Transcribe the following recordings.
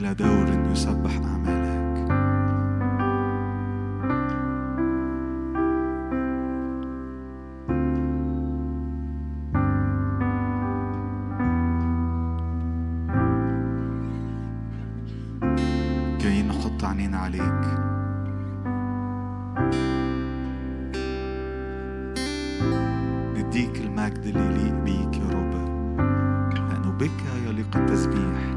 إلى دور يسبح أعمالك. جايين نحط عينينا عليك، نديك المجد اللي يليق بيك يا رب، لأنه بك يليق التسبيح.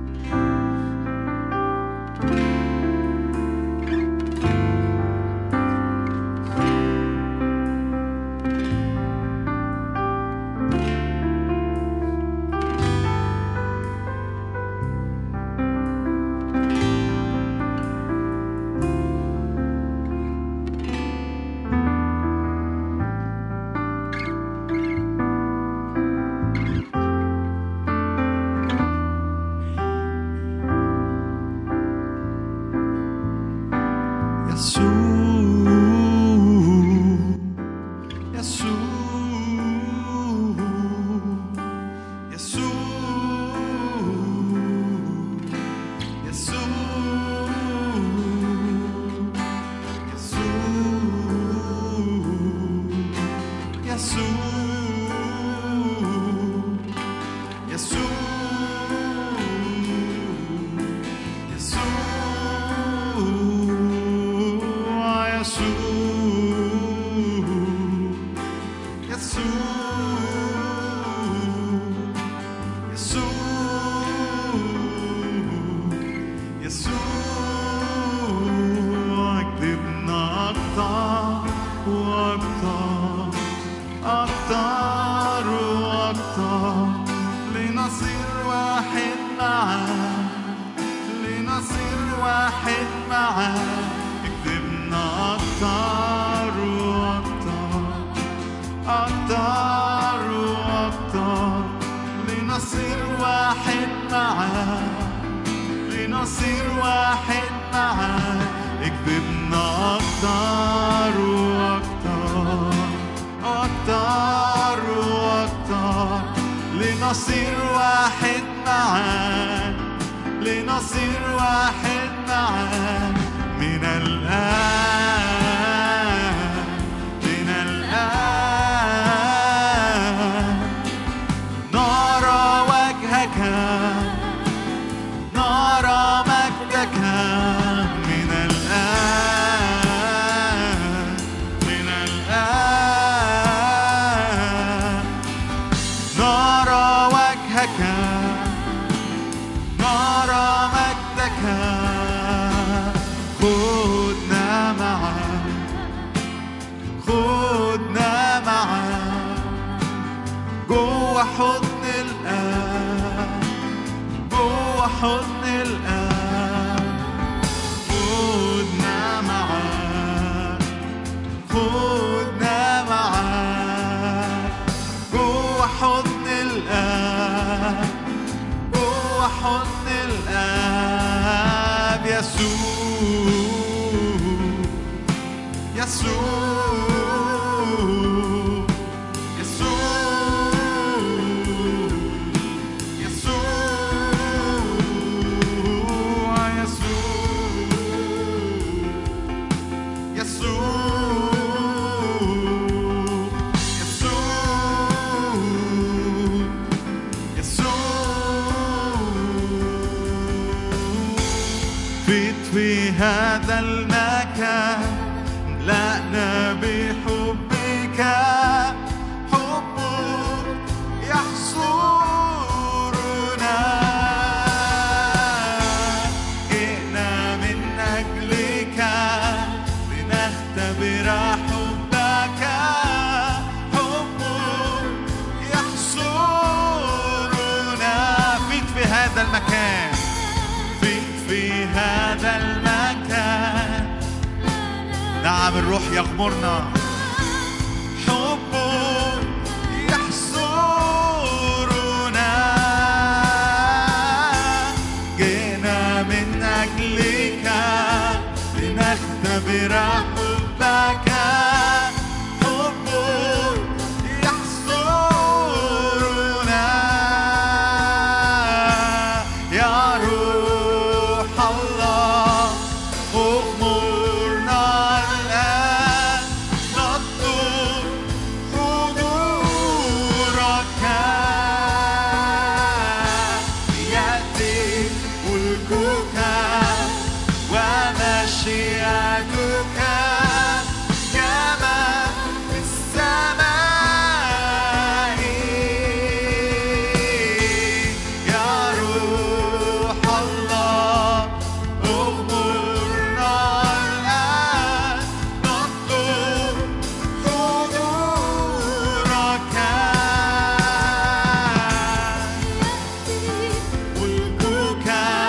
الروح يغمرنا، حبه يحصرنا، جئنا من أجلك لنختبر حبك، حبه يحصرنا يا روح الله اغمرنا الآن نطلب حضورك ليأتي ملكك ومشيئتك كما في السماء يا روح الله اغمرنا الآن نطلب حضورك ملكك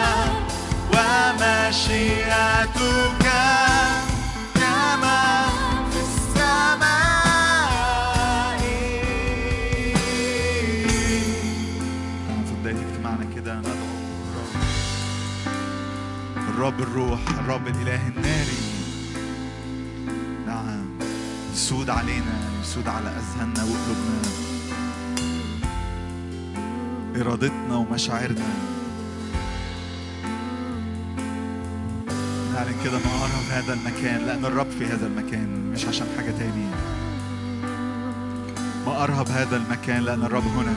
ومشيئتك كما في السماء. في بداية اجتماعنا كده ندعو الرب الروح، الرب الإله الناري، نعم، يسود علينا، يسود على أذهاننا وقلوبنا، إرادتنا ومشاعرنا. نعلن كده ما أرهب هذا المكان لأن الرب في هذا المكان، مش عشان حاجة تاني. ما أرهب هذا المكان لأن الرب هنا.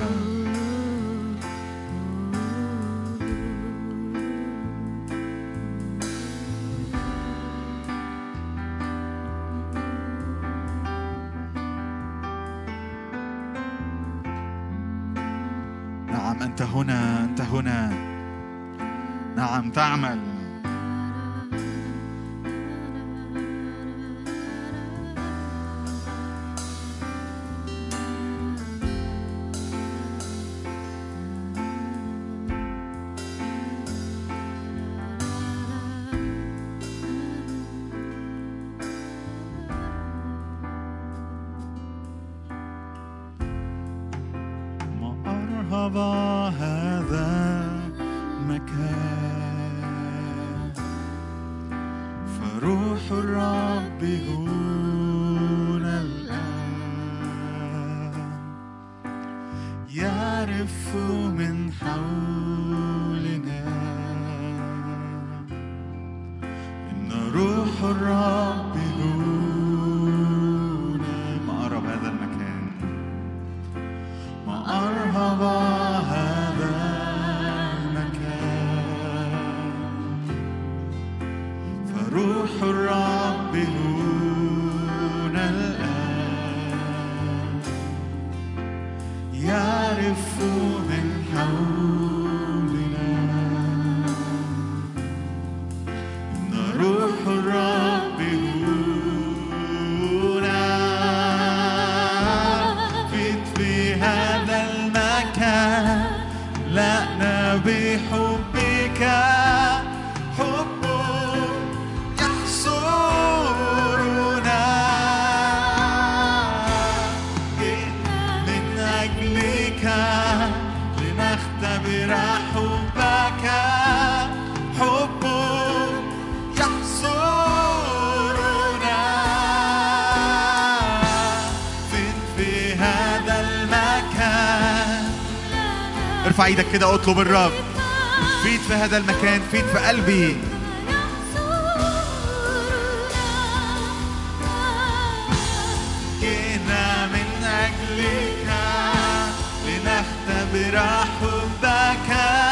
نعم أنت هنا، أنت هنا، نعم تعمل. هذا المكان فروح الرب هنا الآن يعرف من حولنا إن روح الرب هنا. ما أرهب هذا المكان، ما أرهب هذا المكان فروح الرب هنا الآن يعرف من حولنا إن روح الرب هنا في هذا المكان. لأنا بحبك حبك يحصرنا من أجلك لنختبر حبك حبك يحصرنا في هذا المكان. ارفع ايدك كده اطلب الرب. فيت في هذا المكان، فيت في قلبي. جئنا من أجلك لنختبر حبك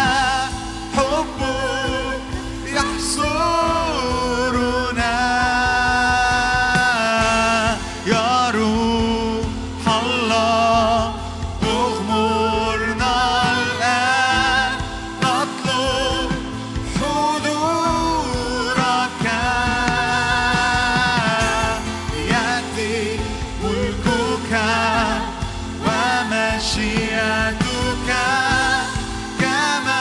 حبك يحصرنا يا روح الله اغمرنا الآن نطلب حضورك يأتي ملكك ومشيئتك كما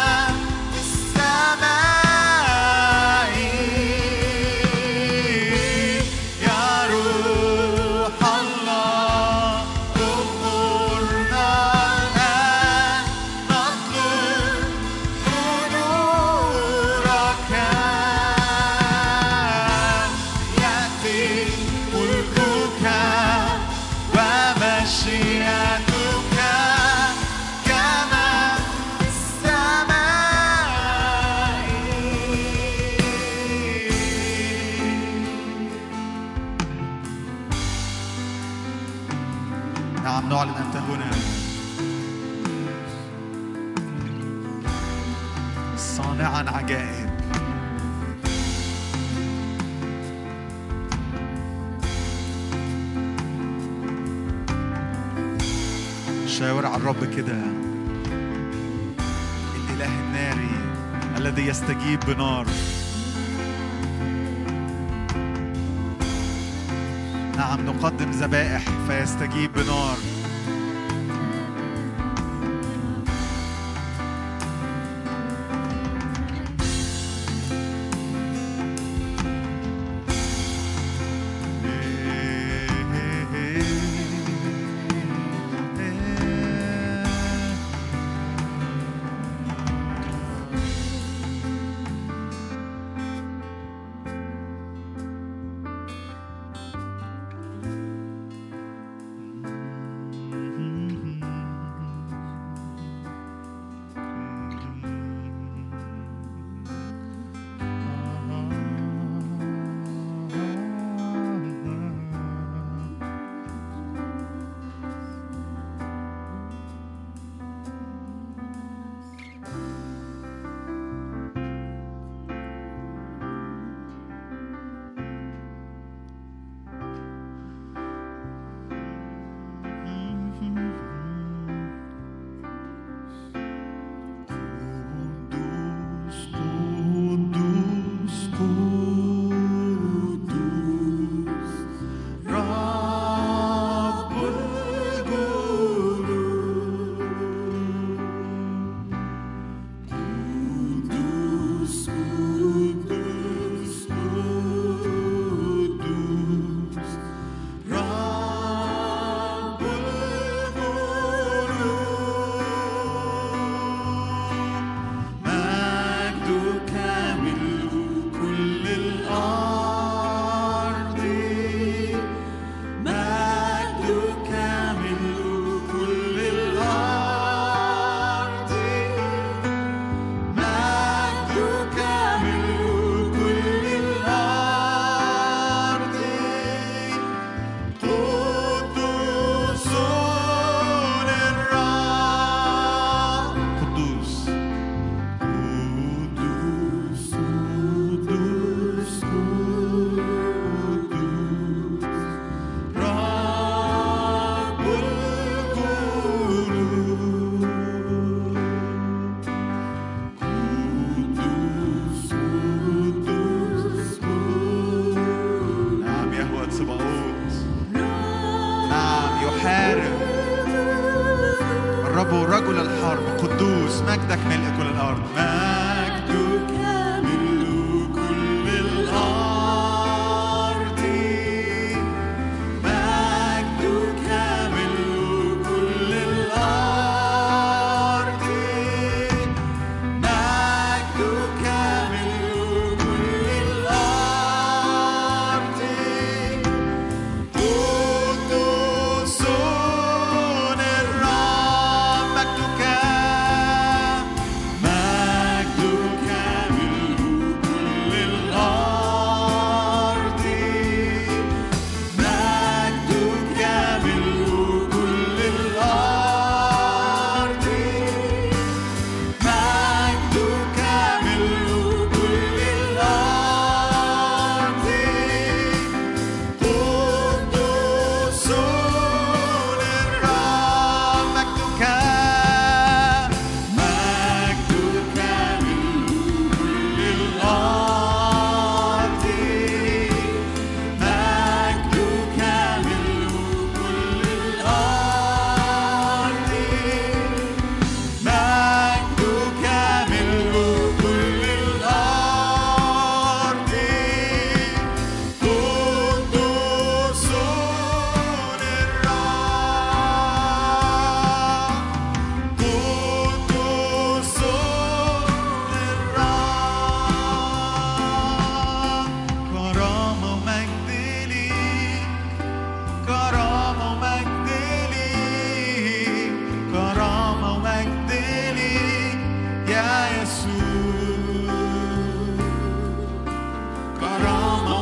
نعلن أنت هنا صانعا عجائب. شاور على الرب كده، الإله الناري الذي يستجيب بنار. نعم، نقدم ذبائح فيستجيب بنار.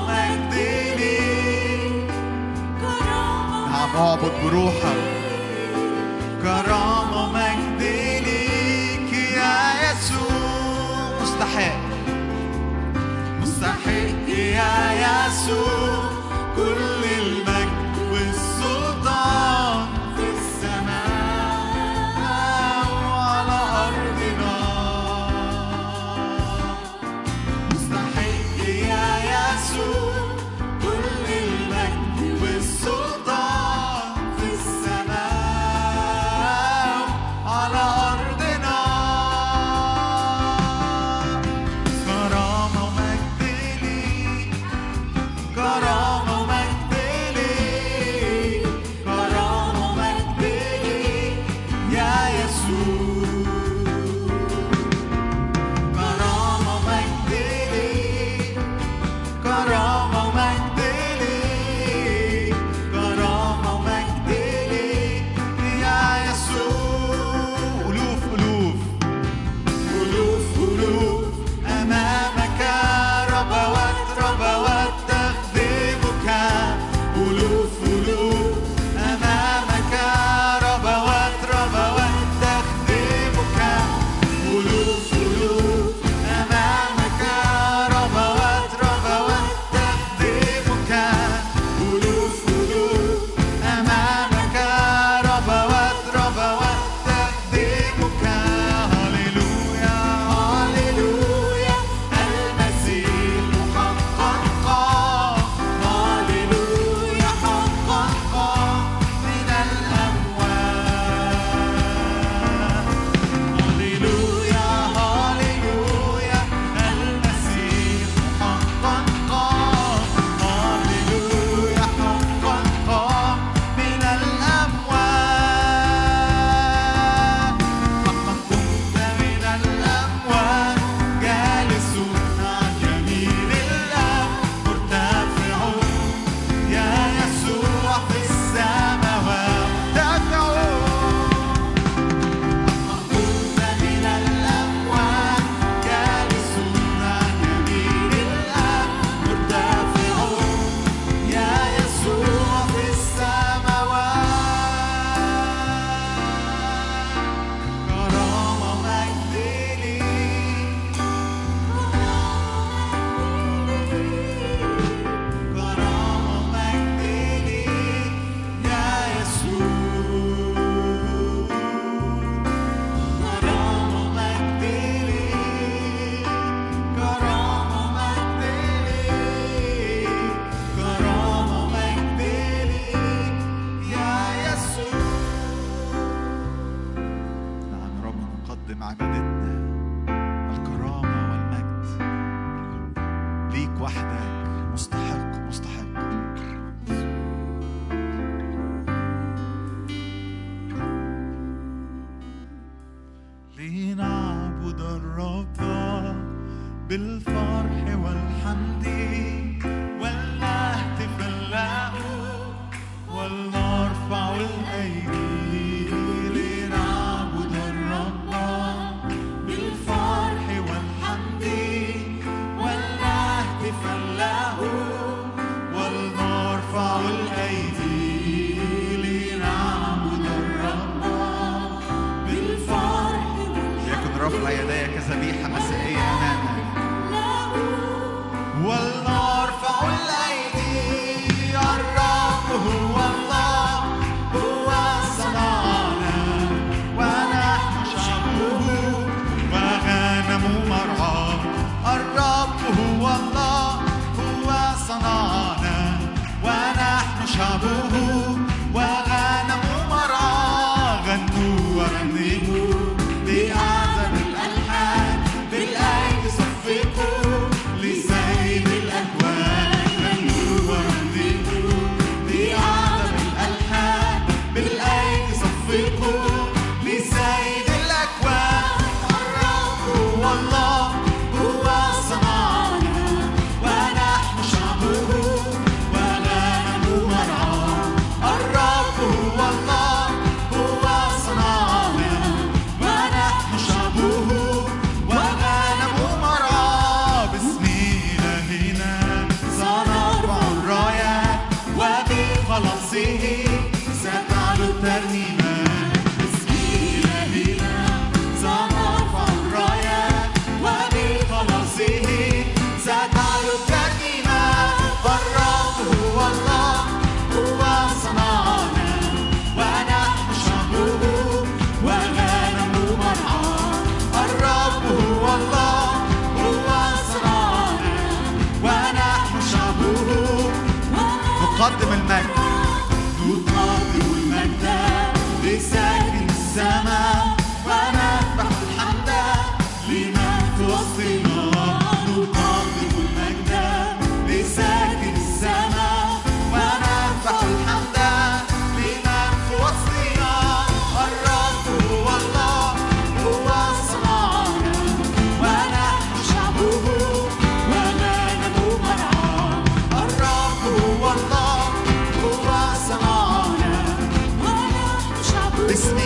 اعبد بروحك، كرامة ومجد ليك يا يسوع. مستحق يا يسوع كل المجد والسلطان في السماء وعلى أرضنا. مستحق يا يسوع كل المجد والسلطان في السماء على أرضنا. كرامة ومجد ليك، كرامة ومجد ليك، كرامة ومجد ليك يا يسوع. كرامة ومجد ليك، كرامة ومجد ليك، كرامة ومجد ليك يا يسوع. ألوف ألوف ألوف ألوف أمامك ربوات ربوات تخدمك. ألوف ألوف أمامك ربوات ربوات تخدمك. ألوف ألوف أمامك ربوات ربوات تخدمك. ألوف ألوف أمامك ربوات ربوات تخدمك. هللويا هللويا المسيح حقا قام. هللويا حقا قام من الأموات. هللويا هللويا المسيح حقا قام. هللويا حقا قام من الأموات. حقا قمت من الأموات جالس عن يمين الله مرتفع يا يسوع في السماوات. مرتفع. قمت من الأموات جالس عن يمين الله مرتفع يا يسوع في السماوات. كرامة ومجد ليك، كرامة ومجد ليك يا يسوع. كرامة ومجد ليك، كرامة ومجد ليك، كرامة ومجد ليك يا يسوع. نعم رب، نقدم عبادتنا الكرامة والمجد ليك وحدك. مستحق مستحق. لنعبد الرب بالفرح والحمد ولنهتف له ولنرفع الأيدي. لنعبد الرب بالفرح والحمد ولنهتف له ولنرفع الأيدي. لنعبد الرب بالفرح. يكن رفع يدي كذبيحة مسائية أمامك ولنرفع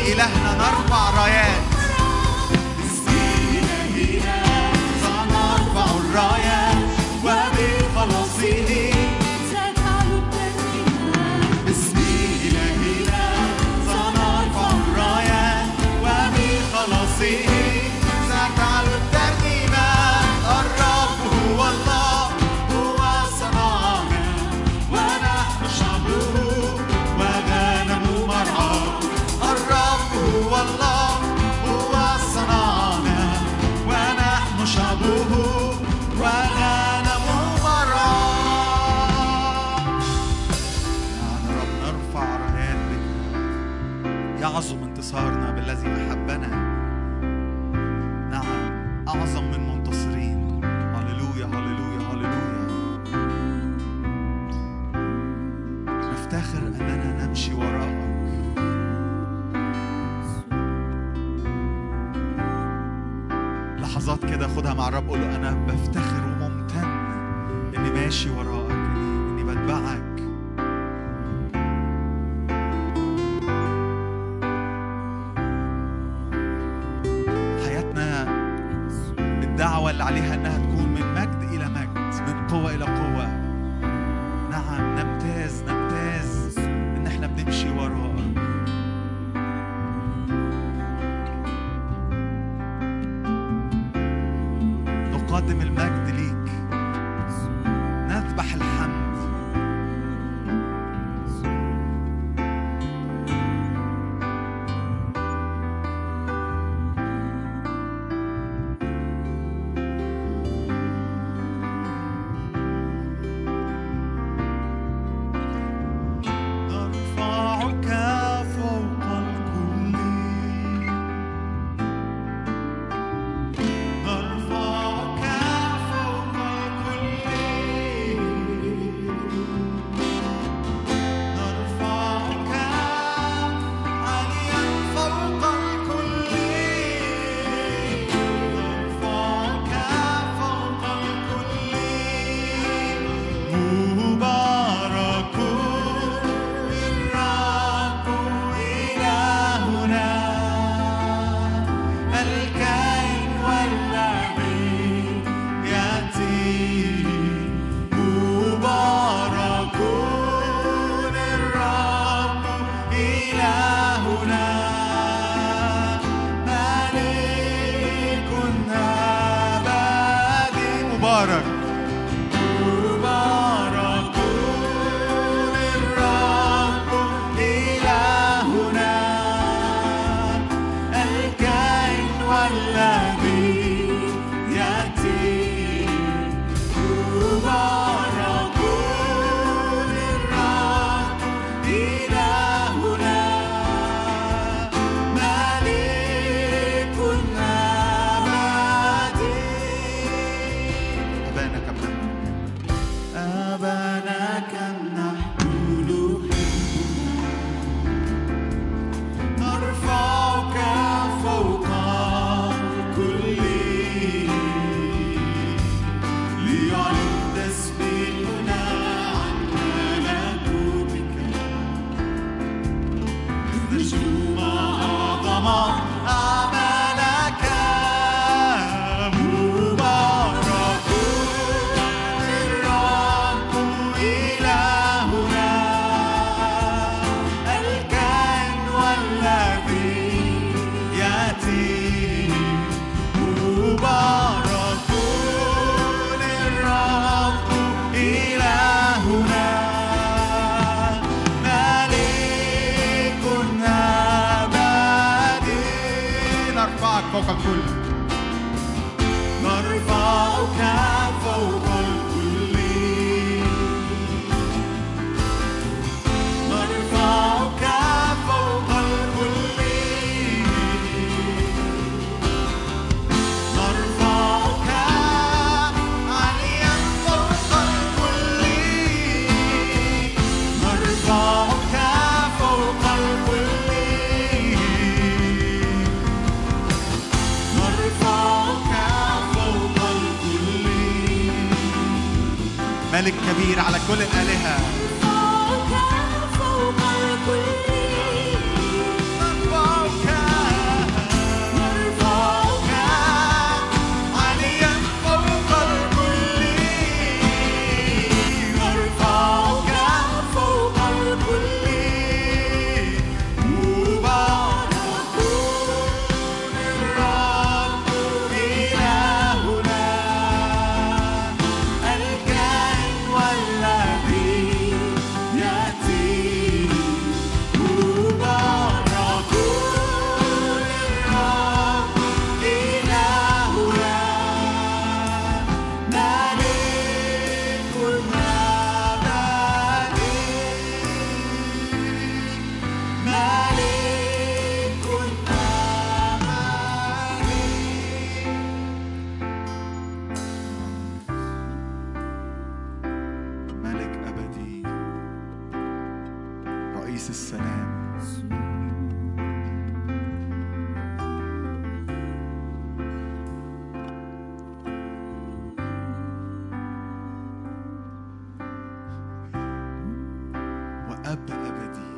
إلهنا نرفع رايات. باسم إلهنا سنرفع الرايات وبخلاصه ستعلو الترنيمات. باسم إلهنا سنرفع الرايات وبخلاصه ستعلو الترنيمات. الرب هو الله، هو صنعنا ونحن شعبه وغنم مرعاه. الرب هو الله، هو صنعنا ونحن شعبه وغنم مرعاه. نعم رب نرفع رايات بك، يعظم انتصارنا بالذي أحبنا. نعم أعظم من منتصرين. هللويا هللويا هللويا. نفتخر أننا نمشي وراءك. لحظات كده خدها مع الرب، قول له أنا بفتخر وممتن إني ماشي وراءك، إني بتبعك. حياتنا الدعوة اللي عليها إنها تكون من مجد إلى مجد، من قوة إلى قوة. نعم نمتاز نمتاز إن إحنا بنمشي وراءك. نقدم المجد ليك، نذبح الحمد. نرفعك فوق الكل، نرفعك فوق الكل، نرفعك عاليا فوق الكل، نرفعك فوق الكل. مبارك الرب إلهنا الكائن والذي يأتي. مبارك الرب إلهنا ملك أبدي. مبارك مبارك الرب إلهنا الكائن والذي يأتي. مبارك الرب إلهنا ملك أبدي. أبانا كم أبانا كم نحمل نرفعك فوق كل، ليعلن تسبيحنا عن ملكوتك. نجد ما أعظم أعمالك. مبارك الرب إلهنا الكائن والذي يأتي. مبارك الرب إلهنا ملك أبدي. نرفعك فوق الكل، نرفعك فوق الكل، نرفعك فوق الكل، نرفعك عاليا فوق الكل، نرفعك فوق الكل، نرفعك فوق الكل. ملك كبير على كل الآلهة. نرفعك فوق الكل، نرفعك رئيس السلام. وأب أبدي.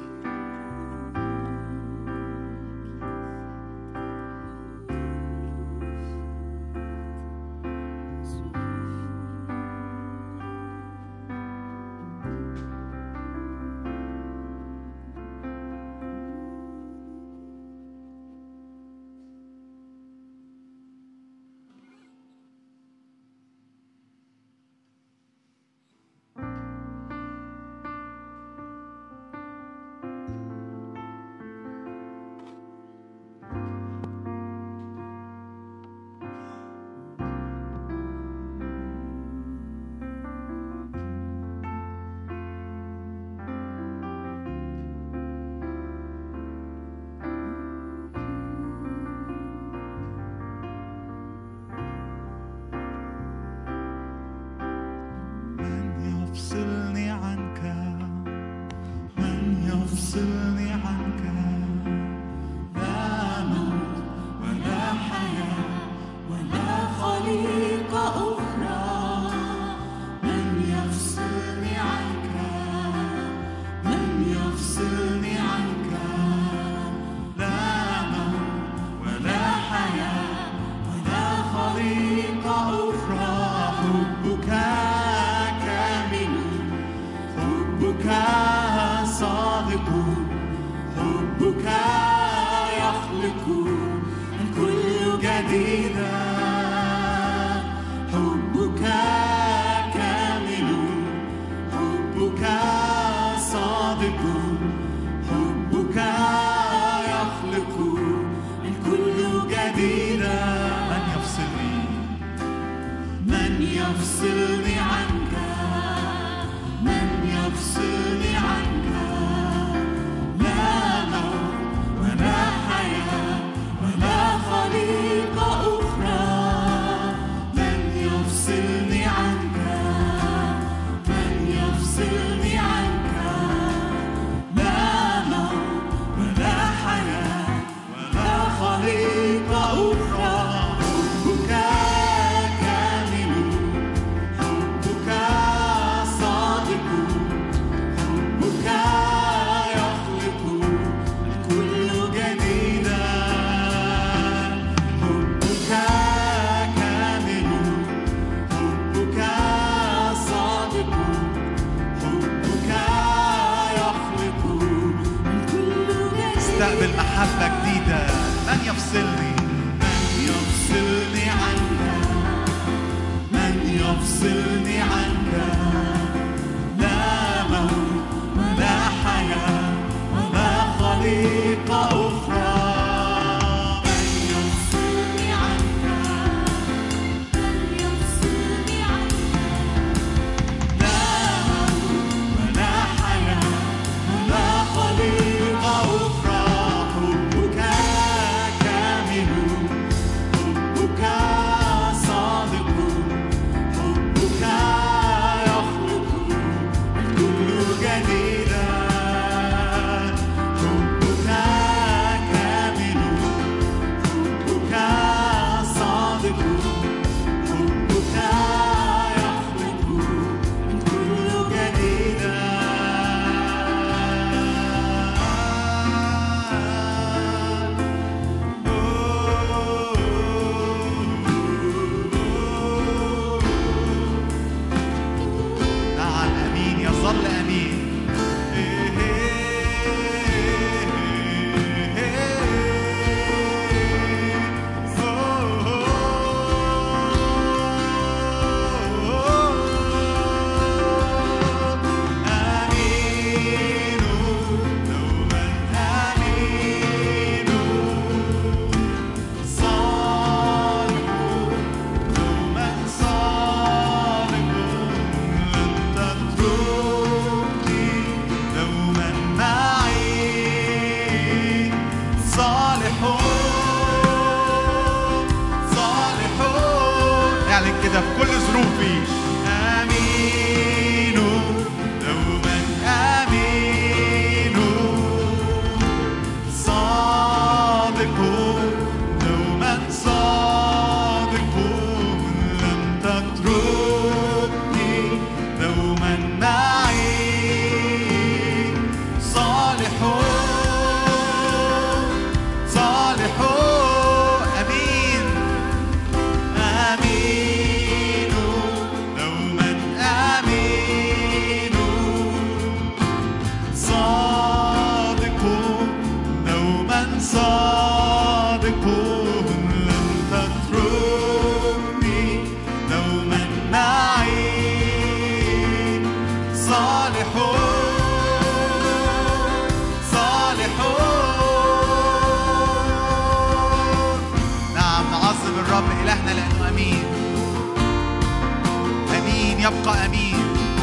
أمين يبقى أمين،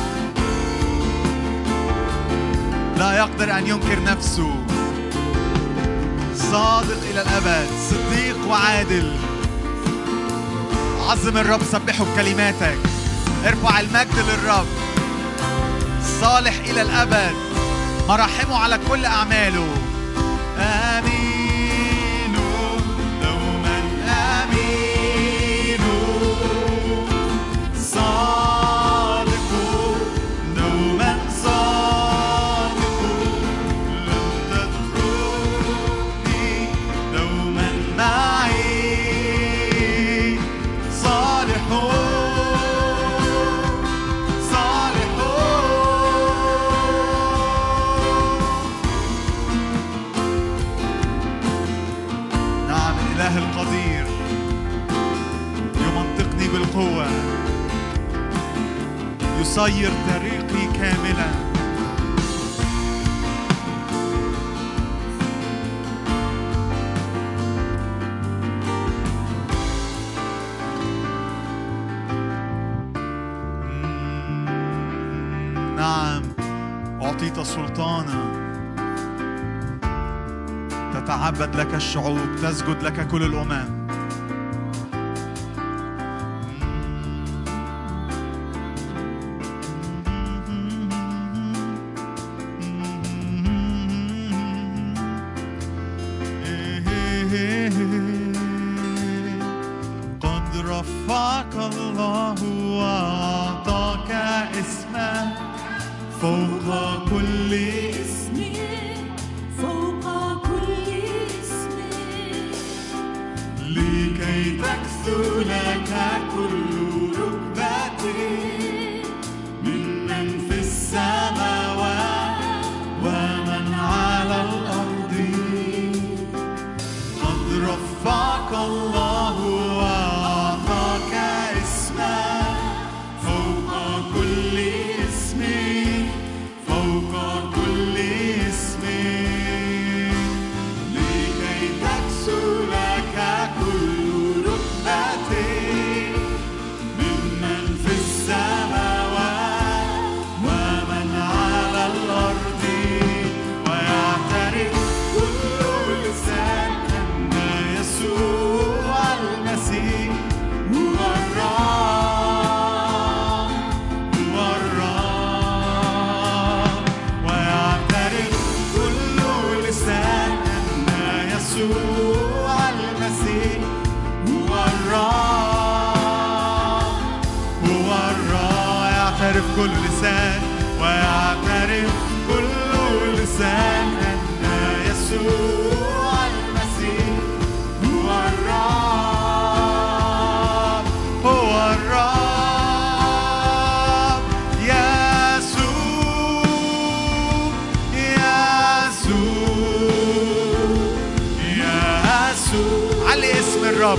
لا يقدر أن ينكر نفسه، صادق إلى الأبد، صديق وعادل. عظم الرب، سبحه بكلماتك، ارفع المجد للرب. صالح إلى الأبد، مراحمه على كل أعماله. آمين دوما آمين، صادق دوما صادق، لن تتركني دوما معي، صالح القدير يمنطقني بالقوة، يصير طريقي كاملا. نعم، أعطيت سلطانا، تتعبد لك الشعوب، تسجد لك كل الأمم. قد رفعك الله وأعطاك اسما فوق كل اسم، لكي تكثو لك كل ركبة ممن في السماوات ومن على الأرض. قد رفعك الله وأعطاك اسما فوق كل اسم، فوق كل اسم، لكي تكثو لك كل ركبة ممن في السماوات ومن على الأرض، ويعترف كل لسان أن يسوع المسيح هو الرب، هو الرب. ويعترف كل لسان أن يسوع المسيح هو الرب، هو الرب. يعترف كل لسان، ويعترف كل لسان أن يسوع المسيح هو الرب، هو الرب. يسوع يسوع يسوع، علي اسم الرب.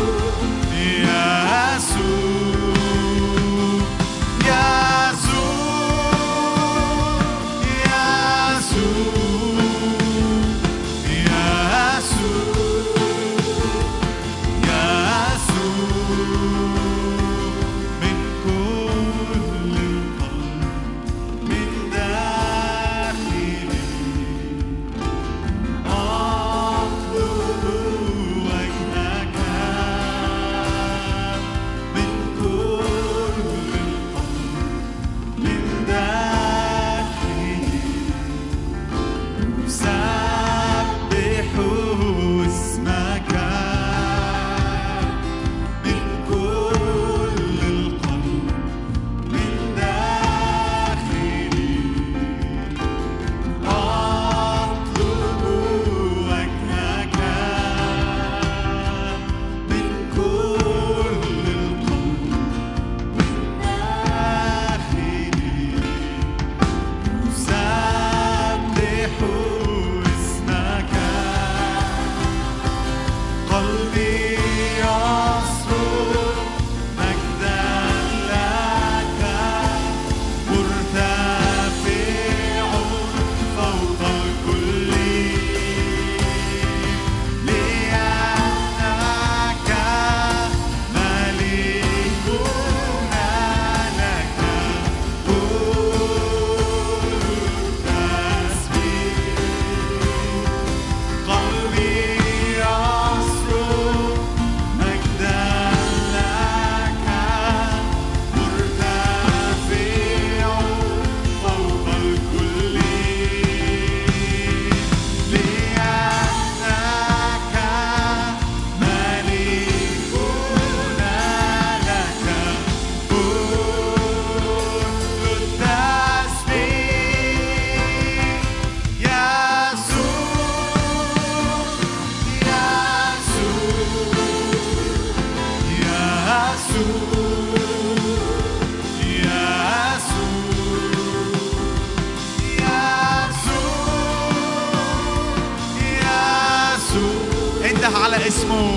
اسمه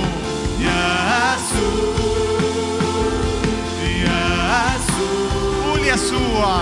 يسوع يسوع. قول يسوع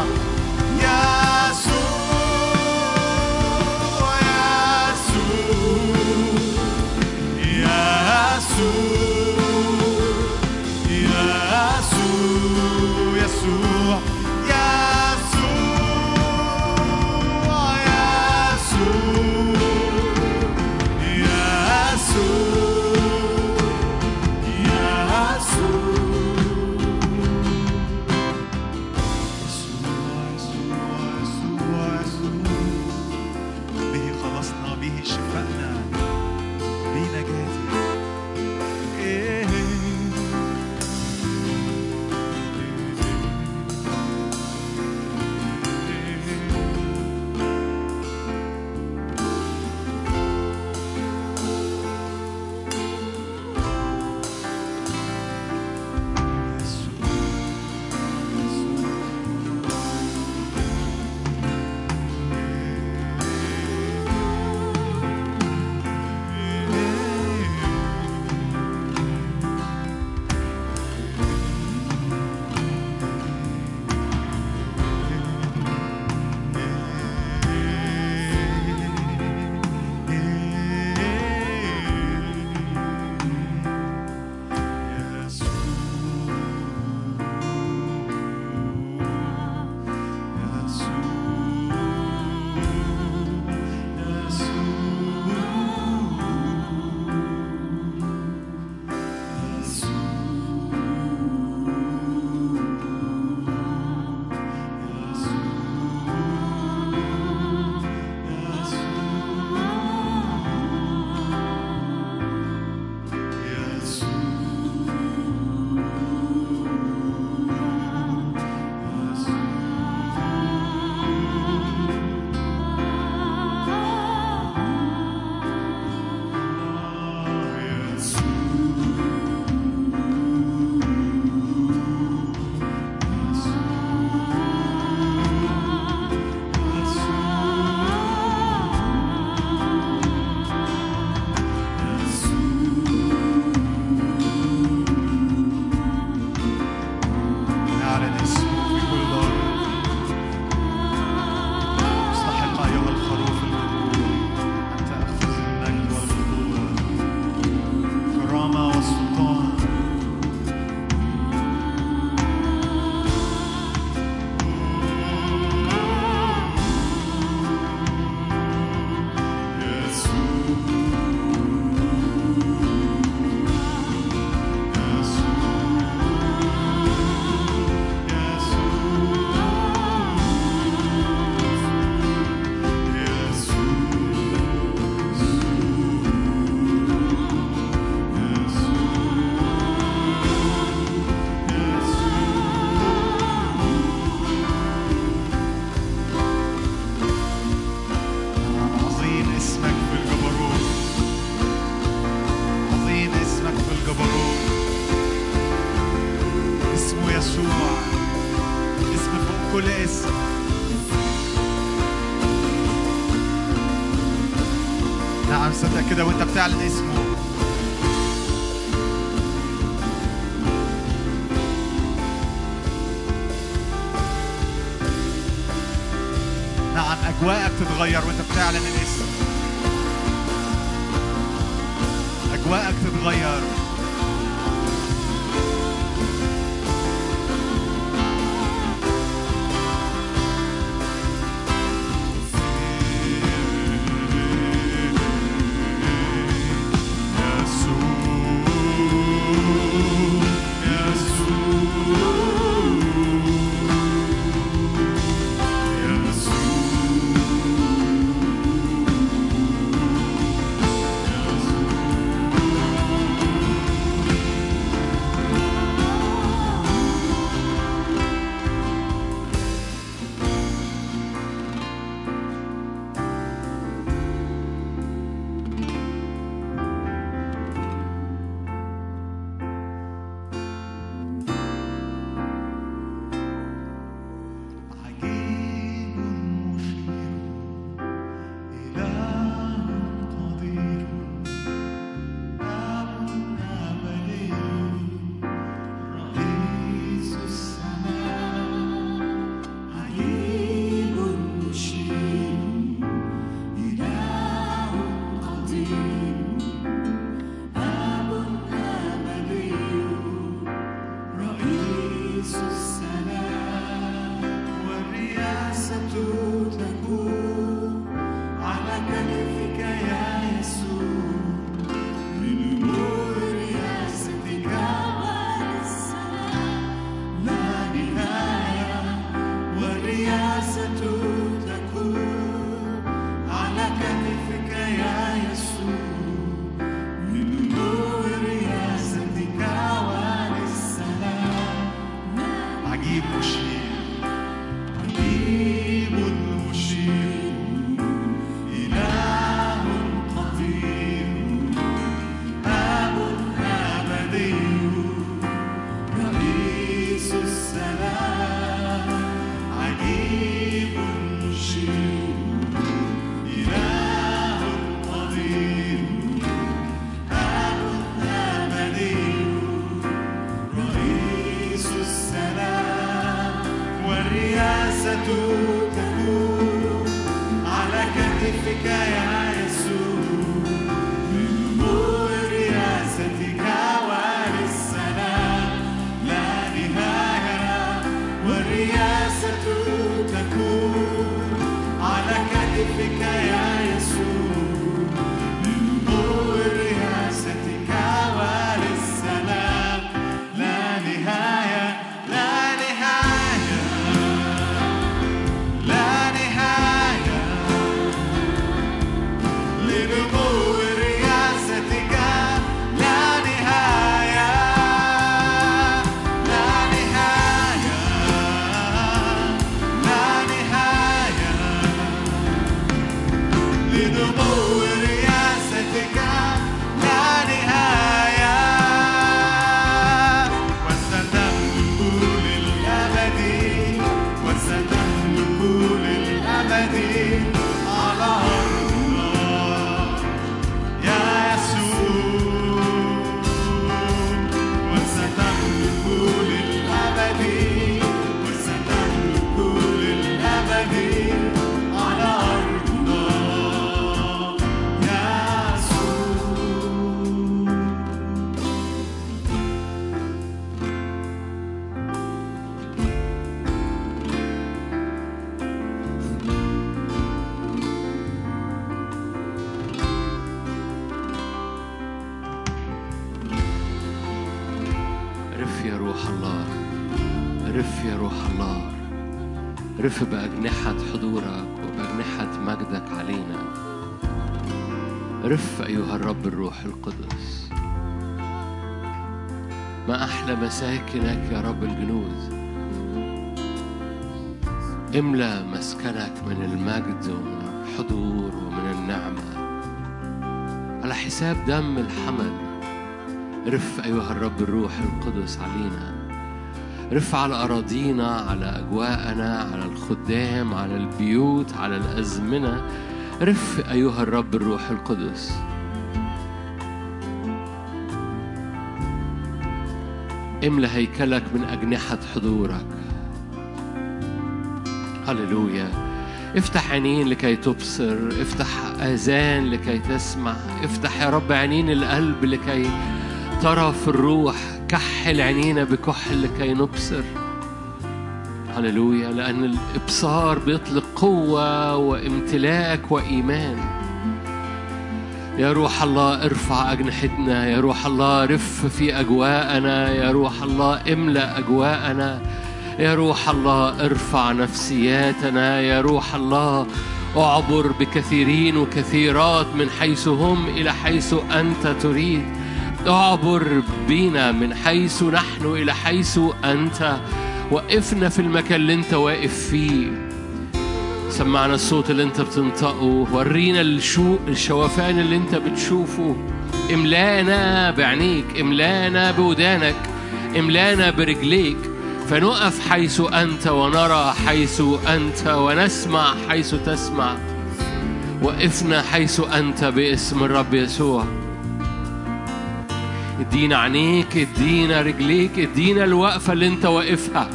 كده وانت بتعلن اسمه. نعم أجواءك تتغير وانت بتعلن الاسم. أجواءك تتغير. والرياسة تكون على كتفك يا يسوع، لنمو رياستك وللسلام لا نهاية. والرياسة تكون على كتفك يا يسوع، لنمو رياستك وللسلام لا نهاية. لا نهاية لا نهاية لنمو رياستك لا نهاية. لا نهاية لا نهاية لنمو رياستك لا نهاية. وستملك للأبد وستملك للأبد على أرضنا يا يسوع. وستملك للأبد وستملك للأبد على أرضنا يا يسوع. رف يا روح الله، رف يا روح الله، رف بأجنحة حضورك وبأجنحة مجدك علينا. رف أيها الرب الروح القدس. ما أحلى مساكنك يا رب الجنود. املأ مسكنك من المجد ومن الحضور ومن النعمة على حساب دم الحمل. رف أيها الرب الروح القدس علينا. رف على أراضينا، على أجواءنا، على الخدام، على البيوت، على الأزمنة. رف أيها الرب الروح القدس. املأ هيكلك من أجنحة حضورك. هللويا. افتح عينين لكي تبصر، افتح آذان لكي تسمع، افتح يا رب عينين القلب لكي ترى في الروح. كحل عينينا بكحل لكي نبصر. هللويا. لأن الإبصار بيطلق قوة وامتلاك وإيمان. يا روح الله ارفع أجنحتنا، يا روح الله رف في أجواءنا، يا روح الله املأ أجواءنا، يا روح الله ارفع نفسياتنا، يا روح الله اعبر بكثيرين وكثيرات من حيث هم إلى حيث أنت تريد. اعبر بينا من حيث نحن إلى حيث أنت. وقفنا في المكان اللي أنت واقف فيه. سمعنا الصوت اللي أنت بتنطقه. ورينا الشوفان اللي أنت بتشوفه. املانا بعينيك، املانا بودانك، املانا برجليك، فنقف حيث أنت ونرى حيث أنت ونسمع حيث تسمع. وقفنا حيث أنت باسم الرب يسوع. ادينا عينيك، ادينا رجليك، ادينا الوقفة اللي انت واقفها.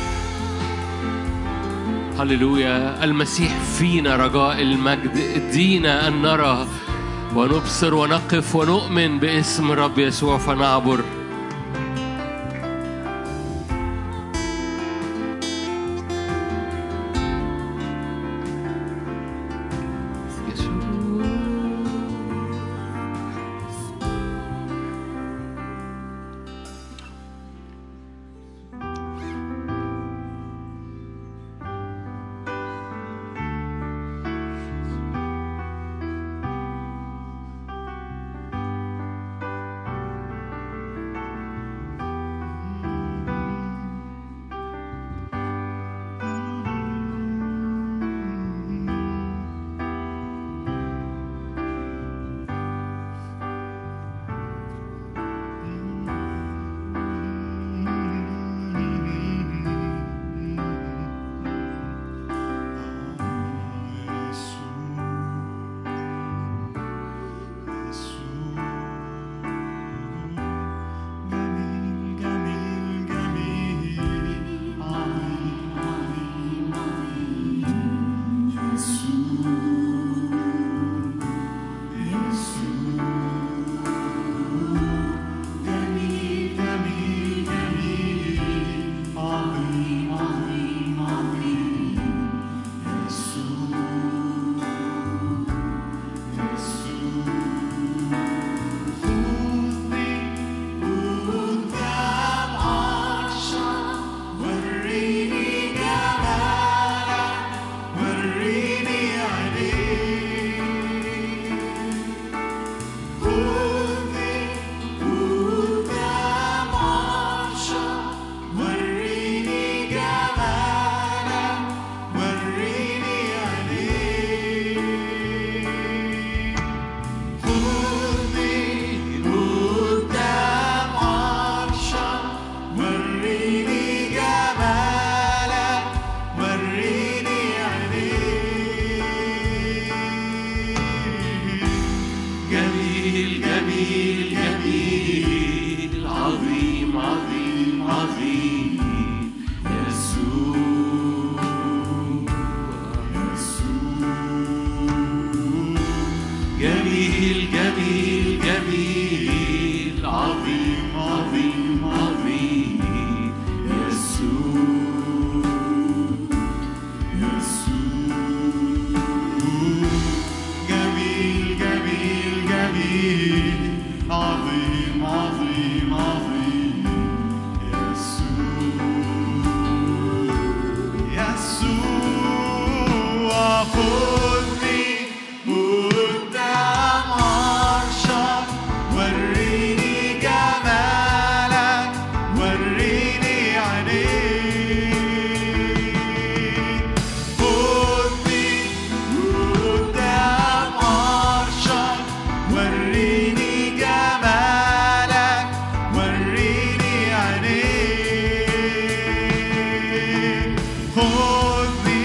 هللويا. المسيح فينا رجاء المجد. ادينا أن نرى ونبصر ونقف ونؤمن باسم الرب يسوع فنعبر. جميل جميل عظيم عظيم عظيم يسوع يسوع جميل جميل جميل عظيم عظيم عظيم يسوع خذني قدام عرشك وريني جمالك وريني عينيك خذني قدام عرشك وريني جمالك وريني عينيك خذني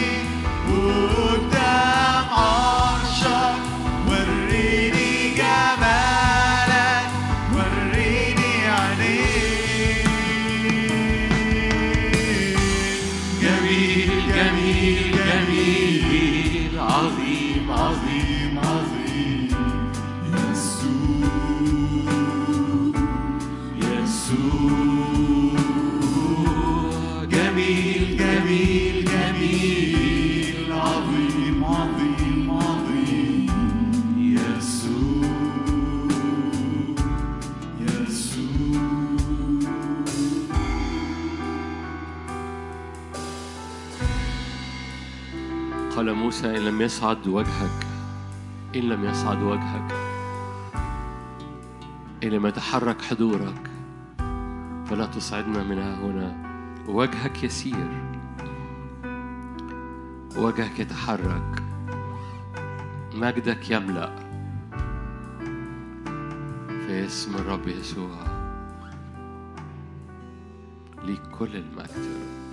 قدام عرشك وريني جمالك وريني عينيك جميل جميل جميل عظيم عظيم عظيم يسوع يسوع جميل جميل جميل عظيم عظيم عظيم يسوع يسوع قال موسى إن لم يصعد وجهك إن لم يصعد وجهك إن لم يتحرك حضورك فلا تصعدنا من هنا. وجهك يسير، وجهك يتحرك، مجدك يملأ في اسم الرب يسوع. ليك كل المجد.